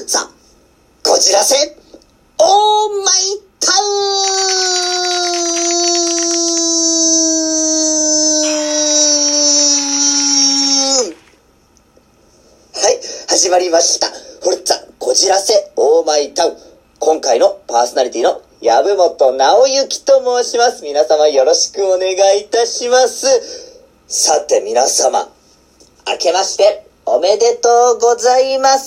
ザ・こじらせオーマイタウン。はい、始まりました。フォルツァこじらせオーマイタウン。今回のパーソナリティの籔本直之と申します。皆様よろしくお願いいたします。さて皆様、明けましておめでとうございます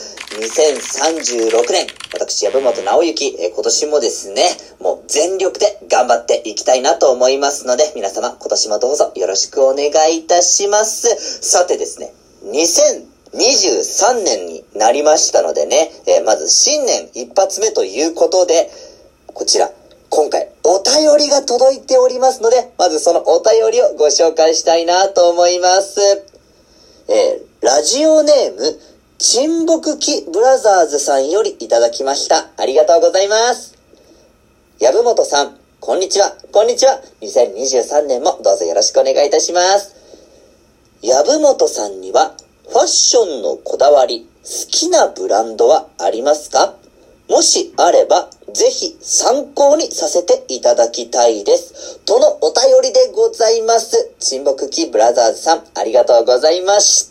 。2036年、私、籔本直之、今年もですね、もう全力で頑張っていきたいなと思いますので、皆様、今年もどうぞよろしくお願いいたします。さてですね、2023年になりましたのでね、まず新年一発目ということで、こちら、今回お便りが届いておりますので、まずそのお便りをご紹介したいなと思います。ラジオネーム、沈黙期ブラザーズさんよりいただきました。ありがとうございます。籔本さん、こんにちは。こんにちは。2023年もどうぞよろしくお願いいたします。籔本さんにはファッションのこだわり、好きなブランドはありますか？もしあれば、ぜひ参考にさせていただきたいです。とのお便りでございます。沈黙期ブラザーズさん、ありがとうございました。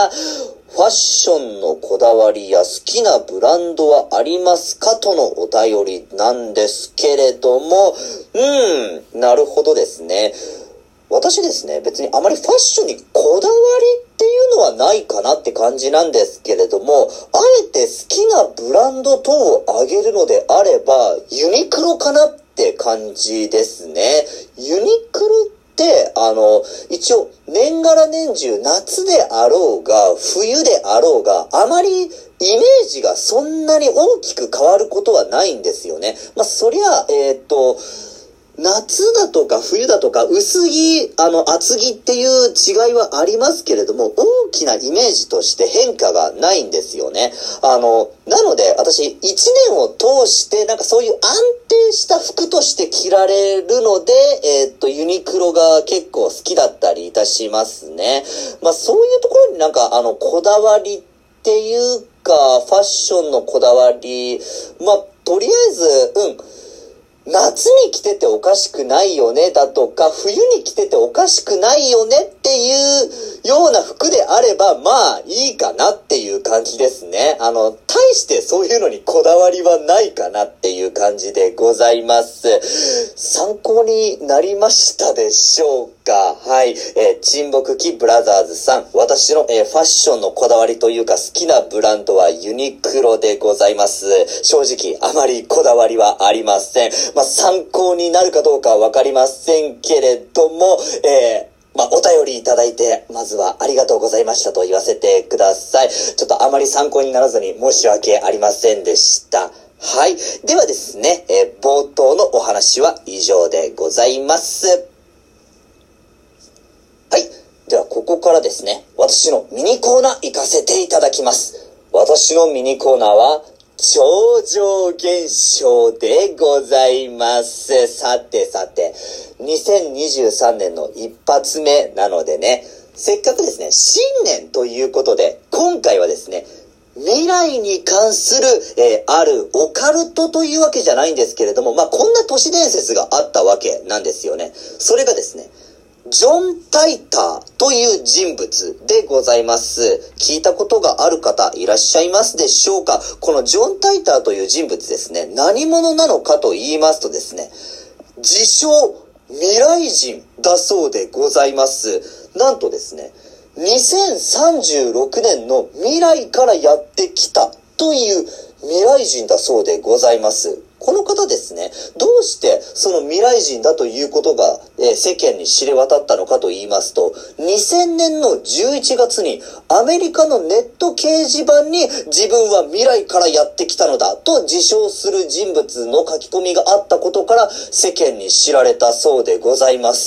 ファッションのこだわりや好きなブランドはありますかとのお便りなんですけれども、なるほどですね。私ですね、別にあまりファッションにこだわりっていうのはないかなって感じなんですけれども、あえて好きなブランド等を挙げるのであれば、ユニクロかなって感じですね。ユニクロって一応年がら年中夏であろうが冬であろうがあまりイメージがそんなに大きく変わることはないんですよね。そりゃ夏だとか冬だとか薄着、厚着っていう違いはありますけれども、大きなイメージとして変化がないんですよね。なので私1年を通してそういう安定した服として着られるので、ユニクロが結構好きだったりいたしますね。そういうところにこだわりっていうか、ファッションのこだわり、とりあえず、夏に着てておかしくないよねだとか、冬に着てておかしくないよねっていうような服であれば、いいかなっていう感じですね。大してそういうのにこだわりはないかなっていう感じでございます。参考になりましたでしょうか？はい。沈黙期ブラザーズさん、私の、ファッションのこだわりというか好きなブランドはユニクロでございます。正直あまりこだわりはありません。参考になるかどうかはわかりませんけれども、お便りいただいて、まずはありがとうございましたと言わせてください。ちょっとあまり参考にならずに申し訳ありませんでした。はい。ではですね、冒頭のお話は以上でございます。はい。ではここからですね、私のミニコーナー行かせていただきます。私のミニコーナーは、超常現象でございます。さて、2023年の一発目なのでね、せっかくですね、新年ということで、今回はですね、未来に関する、あるオカルトというわけじゃないんですけれども、こんな都市伝説があったわけなんですよね。それがですね、ジョン・タイターという人物でございます。聞いたことがある方いらっしゃいますでしょうか？このジョン・タイターという人物ですね、何者なのかと言いますとですね、自称未来人だそうでございます。なんとですね、2036年の未来からやってきたという未来人だそうでございます。この方ですね、どうしてその未来人だということが、世間に知れ渡ったのかと言いますと、2000年の11月にアメリカのネット掲示板に自分は未来からやってきたのだと自称する人物の書き込みがあったことから世間に知られたそうでございます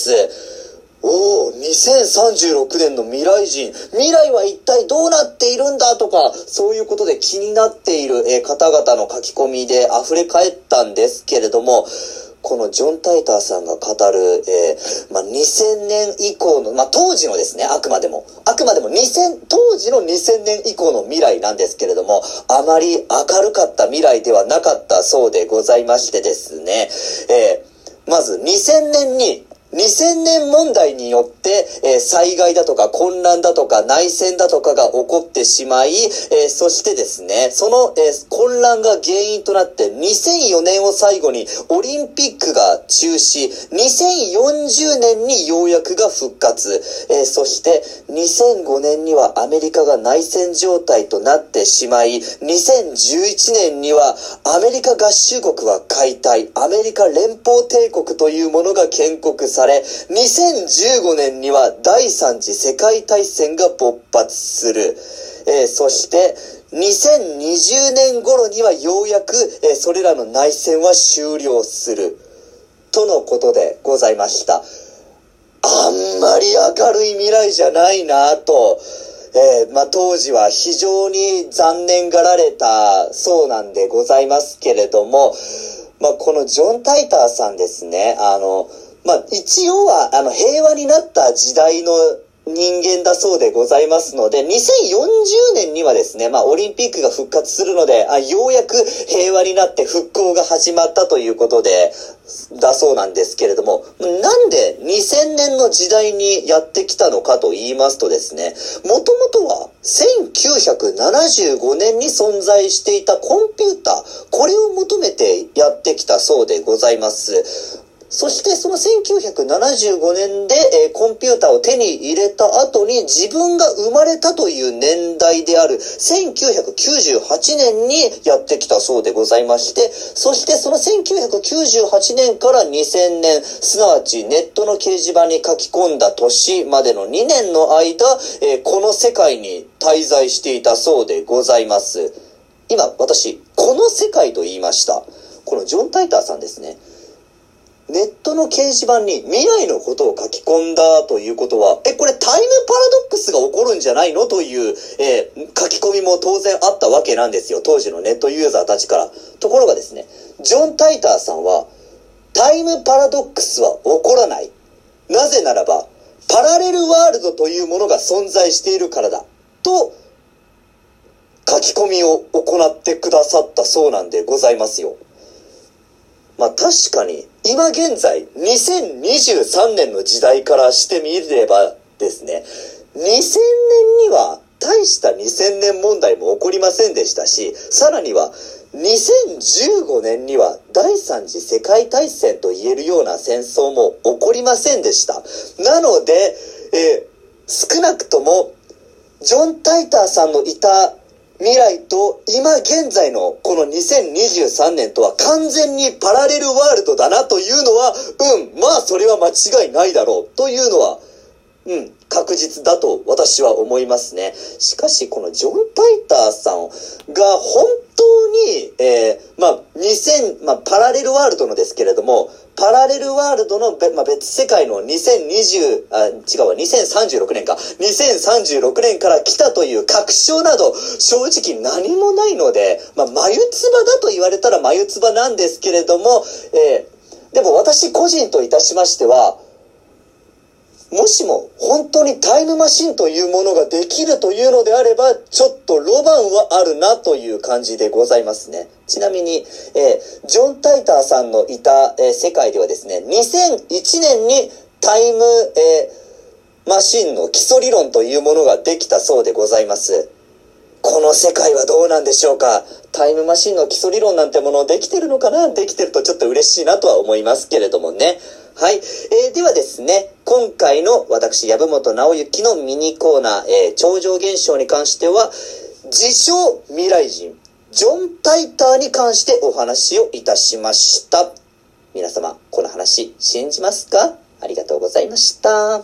。2036年の未来人、未来は一体どうなっているんだとか、そういうことで気になっている方々の書き込みで溢れ返ったんですけれども、 このジョン・タイターさんが語る、2000年以降の、当時のですね、あくまでも当時の2000年以降の未来なんですけれども、あまり明るかった未来ではなかったそうでございましてですね、まず2000年問題によって、災害だとか混乱だとか内戦だとかが起こってしまい、そしてですね、その、混乱が原因となって2004年を最後にオリンピックが中止、2040年にようやくが復活、そして2005年にはアメリカが内戦状態となってしまい、2011年にはアメリカ合衆国は解体、アメリカ連邦帝国というものが建国され、2015年には第三次世界大戦が勃発する。そして2020年頃にはようやく、それらの内戦は終了するとのことでございました。あんまり明るい未来じゃないなと、当時は非常に残念がられたそうなんでございますけれども、このジョン・タイターさんですね、一応は平和になった時代の人間だそうでございますので、2040年にはですね、オリンピックが復活するので、ようやく平和になって復興が始まったということで、だそうなんですけれども、なんで2000年の時代にやってきたのかと言いますとですね、もともとは1975年に存在していたコンピューター、これを求めてやってきたそうでございます。そしてその1975年で、コンピューターを手に入れた後に自分が生まれたという年代である1998年にやってきたそうでございまして、そしてその1998年から2000年、すなわちネットの掲示板に書き込んだ年までの2年の間、この世界に滞在していたそうでございます。今私この世界と言いました。このジョン・タイターさんですね、ネットの掲示板に未来のことを書き込んだということは、これタイムパラドックスが起こるんじゃないのという、書き込みも当然あったわけなんですよ。当時のネットユーザーたちから。ところがですね、ジョン・タイターさんは、タイムパラドックスは起こらない。なぜならば、パラレルワールドというものが存在しているからだ。と、書き込みを行ってくださったそうなんでございますよ。確かに今現在2023年の時代からしてみればですね、2000年には大した2000年問題も起こりませんでしたし、さらには2015年には第三次世界大戦と言えるような戦争も起こりませんでした。なので、少なくともジョン・タイターさんのいた未来と今現在のこの2023年とは完全にパラレルワールドだなというのは、それは間違いないだろうというのは、確実だと私は思いますね。しかしこのジョン・タイターさんが本当に、パラレルワールドのですけれども、パラレルワールドの、別世界の2036年か。2036年から来たという確証など、正直何もないので、眉唾だと言われたら眉唾なんですけれども、でも私個人といたしましては、もしも本当にタイムマシンというものができるというのであれば、ちょっとロマンはあるなという感じでございますね。ちなみに、ジョン・タイターさんのいた、世界ではですね、2001年にタイム、マシンの基礎理論というものができたそうでございます。この世界はどうなんでしょうか。タイムマシンの基礎理論なんてものできてるのかな。できてるとちょっと嬉しいなとは思いますけれどもね。はい。ではですね、今回の私、籔本直之のミニコーナー、超常現象に関しては、自称未来人、ジョン・タイターに関してお話をいたしました。皆様、この話、信じますか？ありがとうございました。はい。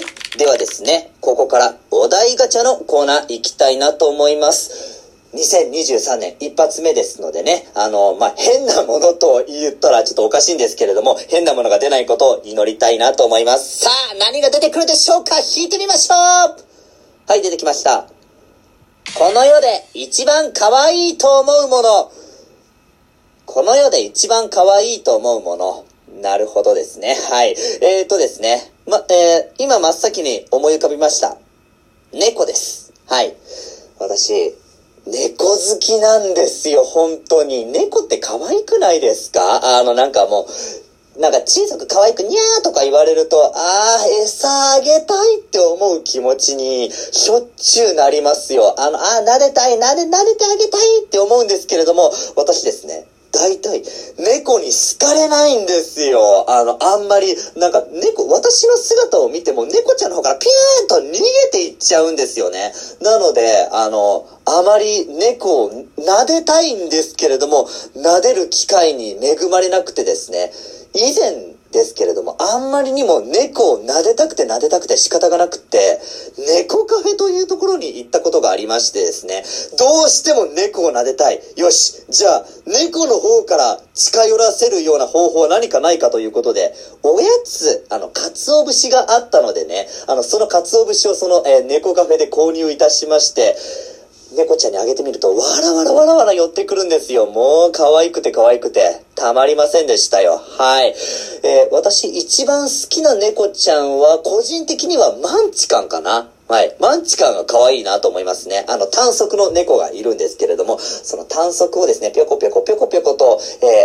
ではですね、ここからお題ガチャのコーナー行きたいなと思います。2023年一発目ですのでね、変なものと言ったらちょっとおかしいんですけれども、変なものが出ないことを祈りたいなと思います。さあ、何が出てくるでしょうか？引いてみましょう。はい、出てきました。この世で一番可愛いと思うもの。 この世で一番可愛いと思うもの。なるほどですね。はい。ですね。今真っ先に思い浮かびました。猫です。はい。私、猫好きなんですよ、本当に。猫って可愛くないですか？なんか小さく可愛くにゃーとか言われると、餌あげたいって思う気持ちにしょっちゅうなりますよ。撫でたい、撫でてあげたいって思うんですけれども、私ですね、大体、猫に好かれないんですよ。あんまり、私の姿を見ても猫ちゃんの方からピューンと逃げていっちゃうんですよね。なので、あまり猫を撫でたいんですけれども、撫でる機会に恵まれなくてですね、以前ですけれども、あんまりにも猫を撫でたくて仕方がなくって、猫カフェというところに行ったことがありましてですね、どうしても猫を撫でたい。よし、じゃあ、猫の方から近寄らせるような方法は何かないかということで、おやつ、鰹節があったのでね、その鰹節を猫カフェで購入いたしまして、猫ちゃんにあげてみると、わらわら寄ってくるんですよ。もう可愛くて、たまりませんでしたよ。はい。私一番好きな猫ちゃんは、個人的にはマンチカンかな。はい。マンチカンが可愛いなと思いますね。短足の猫がいるんですけれども、その短足をですね、ぴょこぴょこと、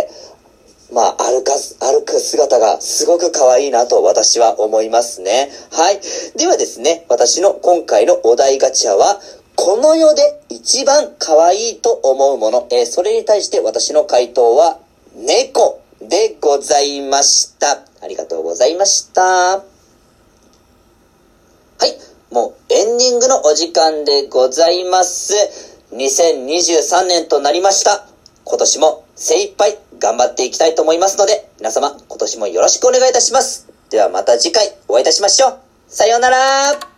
歩く姿がすごく可愛いなと私は思いますね。はい。ではですね、私の今回のお題ガチャは、この世で一番可愛いと思うもの。それに対して私の回答は、猫でございました。ありがとうございました。はい。もうエンディングのお時間でございます。2023年となりました。今年も精一杯頑張っていきたいと思いますので、皆様今年もよろしくお願いいたします。ではまた次回お会いいたしましょう。さようなら。